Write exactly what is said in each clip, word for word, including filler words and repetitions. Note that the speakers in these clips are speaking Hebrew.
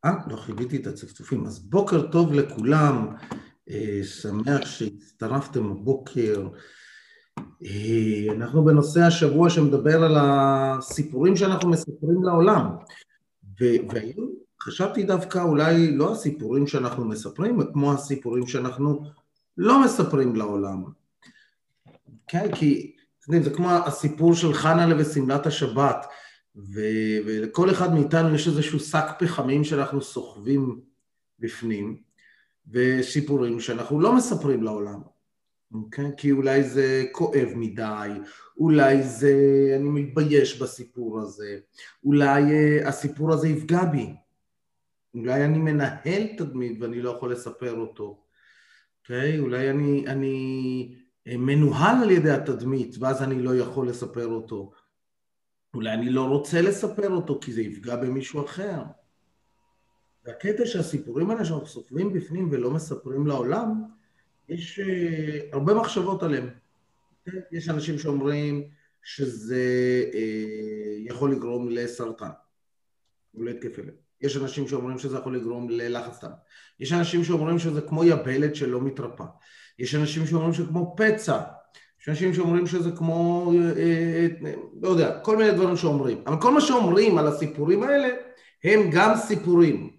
אה, לא חיוויתי את הצפצופים. אז בוקר טוב לכולם, אה, שמח שהצטרפתם הבוקר. אה, אנחנו בנושא השבוע שמדבר על הסיפורים שאנחנו מספרים לעולם. ו- והיום חשבתי דווקא אולי לא הסיפורים שאנחנו מספרים, כמו הסיפורים שאנחנו לא מספרים לעולם. כן, כי זה כמו הסיפור של חנה'לה ושמלת השבת, ו- ולכל אחד מאיתנו יש איזשהו שק פחמים שאנחנו סוחבים בפנים, וסיפורים שאנחנו לא מספרים לעולם, אוקיי? כי אולי זה כואב מדי, אולי זה, אני מתבייש בסיפור הזה, אולי uh, הסיפור הזה יפגע בי, אולי אני מנהל תדמית ואני לא יכול לספר אותו, אוקיי? אולי אני, אני מנוהל על ידי התדמית ואז אני לא יכול לספר אותו, אולי אני לא רוצה לספר אותו כי זה יפגע במישהו אחר. והקטע שהסיפורים האלה שאנחנו סופרים בפנים ולא מספרים לעולם, יש uh, הרבה מחשבות עליהם. Okay? יש אנשים שאומרים שזה uh, יכול לגרום לסרטן, או להתקף לב. יש אנשים שאומרים שזה יכול לגרום ללחץ דם. יש אנשים שאומרים שזה כמו יבלת שלא מתרפא. יש אנשים שאומרים שזה כמו פצע. יש אנשים שאומרים שזה כמו, uh, uh, לא יודע, כל מיני דברים שאומרים. אבל כל מה שאומרים על הסיפורים האלה, הם גם סיפורים.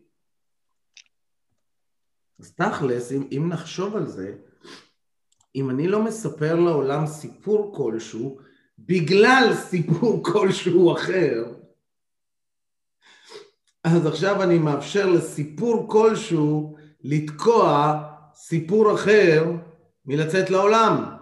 אז תכלס, אם, אם נחשוב על זה, אם אני לא מספר לעולם סיפור כלשהו, בגלל סיפור כלשהו אחר, אז עכשיו אני מאפשר לסיפור כלשהו לתקוע סיפור אחר מלצאת לעולם.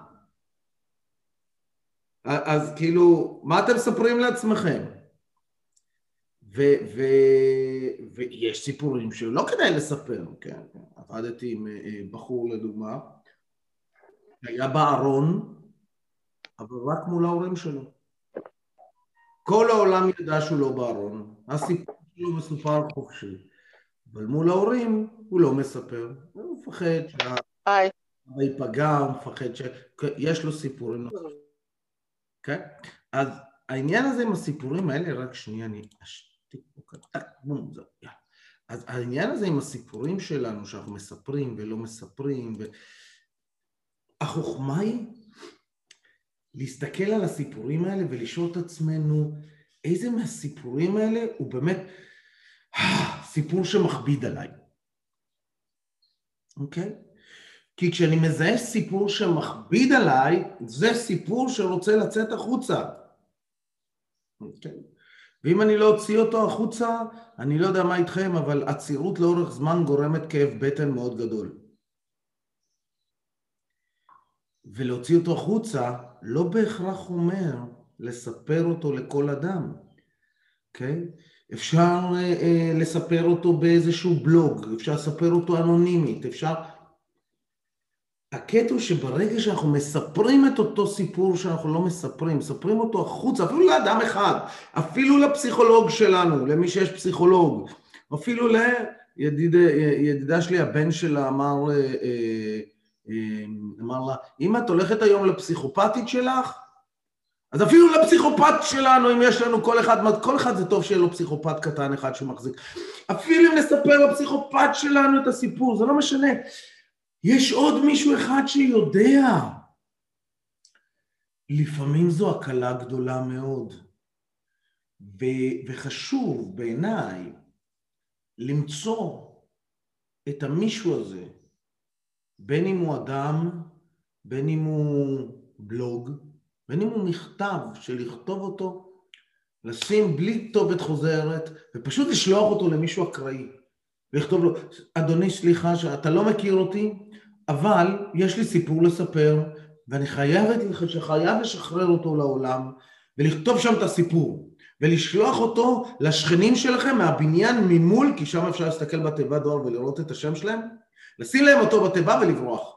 אז כאילו, מה אתם מספרים לעצמכם? ו- ו- ויש סיפורים שלא כדאי לספר, כן? עבדתי עם בחור לדוגמה, היה בארון, אבל רק מול ההורים שלו. כל העולם ידע שהוא לא בארון, הסיפור שלו מסופר חופשי, אבל מול ההורים הוא לא מספר, הוא מפחד שהאבא ייפגע, הוא מפחד שיש לו סיפורים. כן? אז העניין הזה עם הסיפורים האלה, רק שנייה, אני אשתיק פה קטק, בום, זהו, יאללה. אז העניין הזה עם הסיפורים שלנו, שאנחנו מספרים ולא מספרים, ו... החוכמה היא להסתכל על הסיפורים האלה ולשאול את עצמנו, איזה מהסיפורים האלה הוא באמת סיפור שמכביד עליי. אוקיי? כי כשאני מזהה סיפור שמכביד עליי, זה סיפור שרוצה לצאת החוצה. אוקיי? ואם אני לא אוציא אותו החוצה, אני לא יודע מה איתכם, אבל עצירות לאורך זמן גורמת כאב בטן מאוד גדול. ולהוציא אותו החוצה לא בהכרח אומר לספר אותו לכל אדם. אוקיי? אפשר אה, אה, לספר אותו באיזשהו בלוג, אפשר לספר אותו אנונימית, אפשר... הקטע הוא שברגע שאנחנו מספרים את אותו סיפור שאנחנו לא מספרים, מספרים אותו החוצה, אפילו לאדם אחד, אפילו לפסיכולוג שלנו, למי שיש פסיכולוג, אפילו לידידה שלי, הבן שלה אמר, אמר לה, אם את הולכת היום לפסיכופתית שלך, אז אפילו לפסיכופת שלנו, אם יש לנו כל אחד, כל אחד זה טוב שיהיה לו פסיכופת קטן אחד שמחזיק, אפילו אם נספר לפסיכופת שלנו את הסיפור, זה לא משנה, יש עוד מישהו אחד שיודע. לפעמים זו הקלה גדולה מאוד. ו- וחשוב בעיניי למצוא את המישהו הזה, בין אם הוא אדם, בין אם הוא בלוג, בין אם הוא מכתב שלכתוב אותו, לשים בלי כתובת חוזרת, ופשוט לשלוח אותו למישהו אקראי. ולכתוב לו, אדוני סליחה שאתה לא מכיר אותי, אבל יש לי סיפור לספר, ואני חייבת לך שחייב לשחרר אותו לעולם, ולכתוב שם את הסיפור, ולשלוח אותו לשכנים שלכם מהבניין ממול, כי שם אפשר להסתכל בתיבת דואר ולראות את השם שלהם, לשים להם אותו בתיבה ולברוח.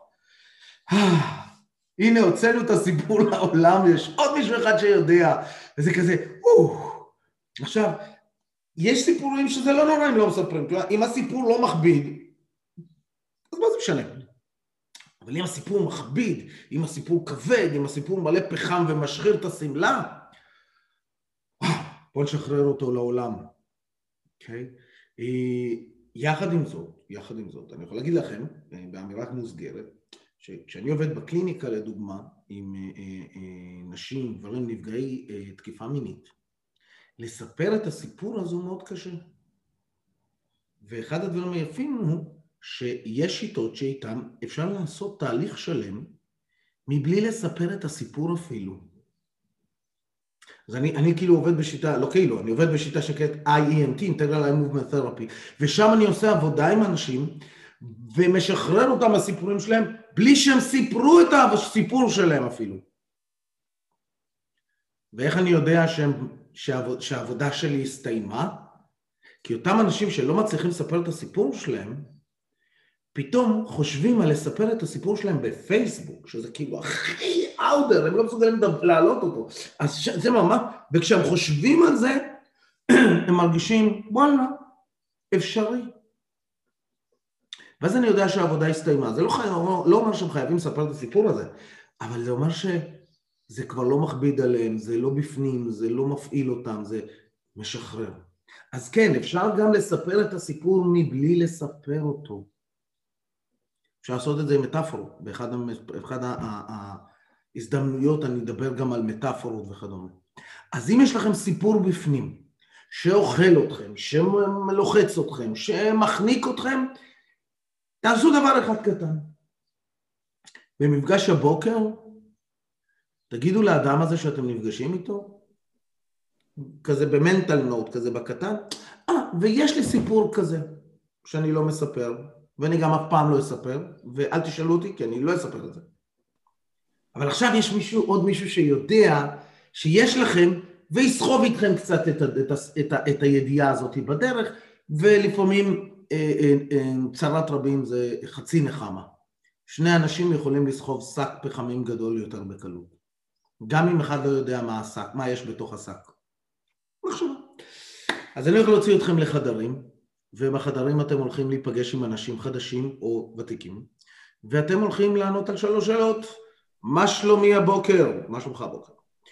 הנה, הוצאנו את הסיפור לעולם, יש עוד מישהו אחד שיודע, וזה כזה, עכשיו, יש סיפורים שזה לא נורא אם לא מספרים, כלומר, אם הסיפור לא מכביד, אז מה זה משנה? אבל אם הסיפור מכביד, אם הסיפור כבד, אם הסיפור מלא פחם ומשחיר את הסמלה, בוא נשחרר אותו לעולם. אוקיי? יחד עם זאת, יחד עם זאת, אני יכול להגיד לכם, באמירה מוסגרת, שכשאני עובד בקליניקה לדוגמה, עם נשים, גברים נפגעי תקיפה מינית, לספר את הסיפור הזה הוא מאוד קשה. ואחד הדברים היפים הוא שיש שיטות שאיתם אפשר לעשות תהליך שלם מבלי לספר את הסיפור אפילו. אז אני, אני כאילו עובד בשיטה, לא כאילו, אני עובד בשיטה שקראת איי אי אם טי, Integral Eye Movement Therapy, ושם אני עושה עבודה עם אנשים, ומשחרר אותם הסיפורים שלהם, בלי שהם סיפרו את הסיפור שלהם אפילו. ואיך אני יודע שהם, שהעבוד, שהעבודה שלי הסתיימה? כי אותם אנשים שלא מצליחים לספר את הסיפור שלהם, פתאום חושבים על לספר את הסיפור שלהם בפייסבוק, שזה כאילו הכי אאודר, הם לא מסוגלים להעלות אותו. אז זה ממש, וכשהם חושבים על זה, הם מרגישים, וואלה, אפשרי. ואז אני יודע שהעבודה הסתיימה. זה לא, חי... לא אומר שהם חייבים לספר את הסיפור הזה, אבל זה אומר שזה כבר לא מכביד עליהם, זה לא בפנים, זה לא מפעיל אותם, זה משחרר. אז כן, אפשר גם לספר את הסיפור מבלי לספר אותו. אפשר לעשות את זה עם מטאפורות. באחד, באחד ההזדמנויות אני אדבר גם על מטאפורות וכדומה. אז אם יש לכם סיפור בפנים, שאוכל אתכם, שמלוחץ אתכם, שמחניק אתכם, תעשו דבר אחד קטן. במפגש הבוקר, תגידו לאדם הזה שאתם נפגשים איתו, כזה במנטל נוט, כזה בקטן, אה, ויש לי סיפור כזה, שאני לא מספר, ואני גם אף פעם לא אספר, ואל תשאלו אותי, כי אני לא אספר את זה. אבל עכשיו יש מישהו, עוד מישהו שיודע שיש לכם, ויסחוב איתכם קצת את, את, את, את הידיעה הזאת בדרך, ולפעמים אה, אה, אה, צרת רבים זה חצי נחמה. שני אנשים יכולים לסחוב שק פחמים גדול יותר בקלות. גם אם אחד לא יודע מה השק, מה יש בתוך השק. מחשבה. אז אני הולך להוציא אתכם לחדרים, ובחדרים אתם הולכים להיפגש עם אנשים חדשים או ותיקים, ואתם הולכים לענות על שלוש שאלות. מה שלומי הבוקר? מה שלומך הבוקר?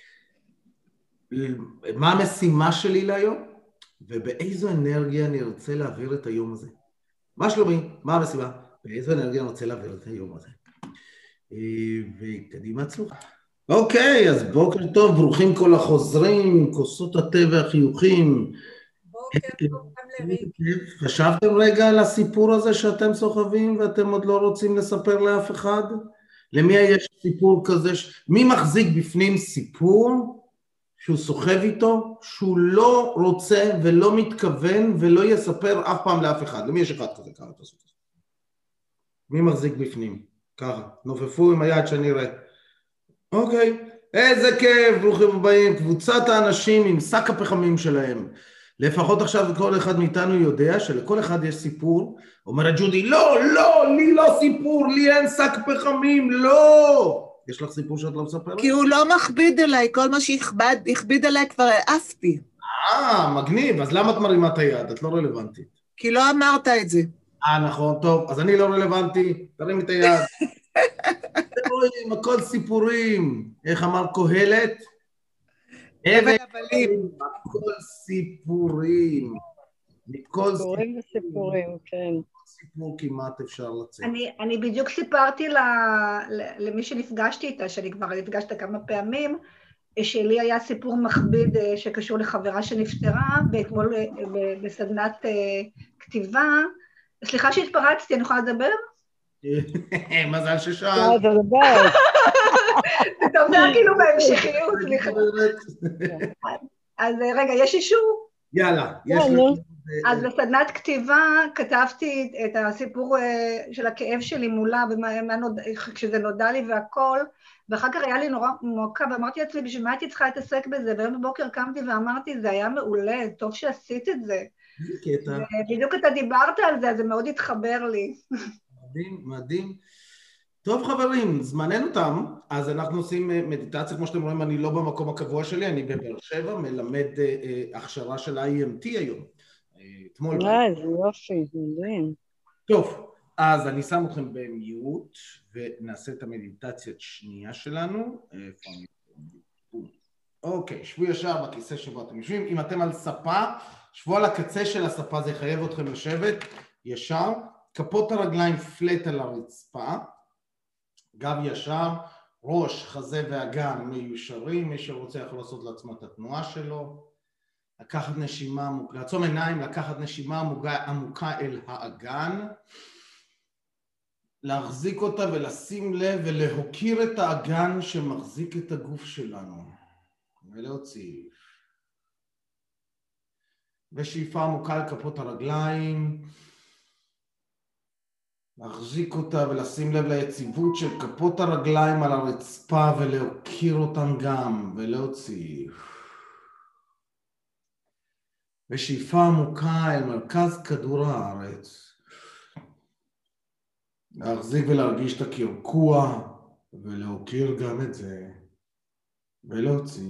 מה המשימה שלי להיום? ובאיזו אנרגיה אני רוצה להעביר את היום הזה? מה שלומי? מה המשימה? באיזו אנרגיה אני רוצה להעביר את היום הזה? וקדימה הצלחה. אוקיי, אז בוקר טוב, ברוכים כל החוזרים, כוסות התה והחיוכים. בוקר טוב גם לריק. חשבתם רגע על הסיפור הזה שאתם סוחבים ואתם עוד לא רוצים לספר לאף אחד? למי יש סיפור כזה? מי מחזיק בפנים סיפור שהוא סוחב איתו, שהוא לא רוצה ולא מתכוון ולא יספר אף פעם לאף אחד? למי יש אחד כזה? ככה תעשו. מי מחזיק בפנים? ככה, נופפו עם היד שאני אראה. אוקיי, איזה כיף, ברוכים הבאים, קבוצת האנשים עם שק הפחמים שלהם. לפחות עכשיו כל אחד מאיתנו יודע שלכל אחד יש סיפור. אומרת ג'ודי, לא, לא, לי לא סיפור, לי אין שק פחמים, לא. יש לך סיפור שאת לא מספרת? כי הוא לא מכביד עליי, כל מה שהכביד עליי כבר העפתי. אה, מגניב, אז למה את מרימה את היד? את לא רלוונטית. כי לא אמרת את זה. אה, נכון, טוב, אז אני לא רלוונטי, תרים את היד. אתם רואים, הכל סיפורים. איך אמר קהלת? אבל הבלים. הכל סיפורים. מכל סיפורים וסיפורים, כן. סיפור כמעט אפשר לצאת. אני, אני בדיוק סיפרתי ל, למי שנפגשתי איתה, שאני כבר נפגשת כמה פעמים, שלי היה סיפור מכביד שקשור לחברה שנפטרה, ואתמול בסדנת כתיבה. סליחה שהתפרצתי, אני יכולה לדבר? מזל ששאל. לא, זה לדבר. אתה אומר כאילו בהמשכיות, סליחה. אז רגע, יש אישור? יאללה, יש לך. אז בסדנת כתיבה כתבתי את הסיפור של הכאב שלי מולה, כשזה נודע לי והכל, ואחר כך היה לי נורא מועקה, ואמרתי לעצמי, בשביל מה הייתי צריכה להתעסק בזה, והיום בבוקר קמתי ואמרתי, זה היה מעולה, טוב שעשית את זה. ובדיוק אתה דיברת על זה, אז זה מאוד התחבר לי. מדהים, מדהים. טוב חברים, זמננו תם, אז אנחנו עושים מדיטציה, כמו שאתם רואים, אני לא במקום הקבוע שלי, אני בבאר שבע, מלמד הכשרה של איי אם טי היום. אתמול. אה, זה יופי, מדהים. טוב, אז אני שם אתכם במיוט, ונעשה את המדיטציה השנייה שלנו. אוקיי, שבו ישר בכיסא שבו אתם יושבים. אם אתם על ספה, שבו על הקצה של הספה, זה יחייב אתכם לשבת ישר, כפות הרגליים פלט על הרצפה, גב ישר, ראש, חזה ואגן מיושרים, מי שרוצה יכול לעשות לעצמו את התנועה שלו, לקחת נשימה עמוקה, לעצום עיניים, לקחת נשימה עמוקה, עמוקה אל האגן, להחזיק אותה ולשים לב ולהוקיר את האגן שמחזיק את הגוף שלנו, ולהוציא. ושאיפה עמוקה על כפות הרגליים, להחזיק אותה ולשים לב ליציבות של כפות הרגליים על הרצפה ולהוקיר אותן גם ולהוציא. ושאיפה עמוקה אל מרכז כדור הארץ. להחזיק ולהרגיש את הקרקוע ולהוקיר גם את זה ולהוציא.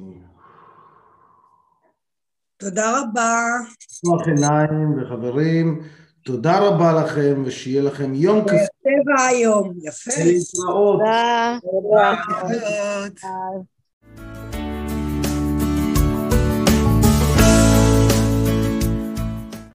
תודה רבה. פתוח עיניים וחברים, תודה רבה לכם ושיהיה לכם יום כזה. יפה והיום, יפה. להתראות. תודה. להתראות. ביי.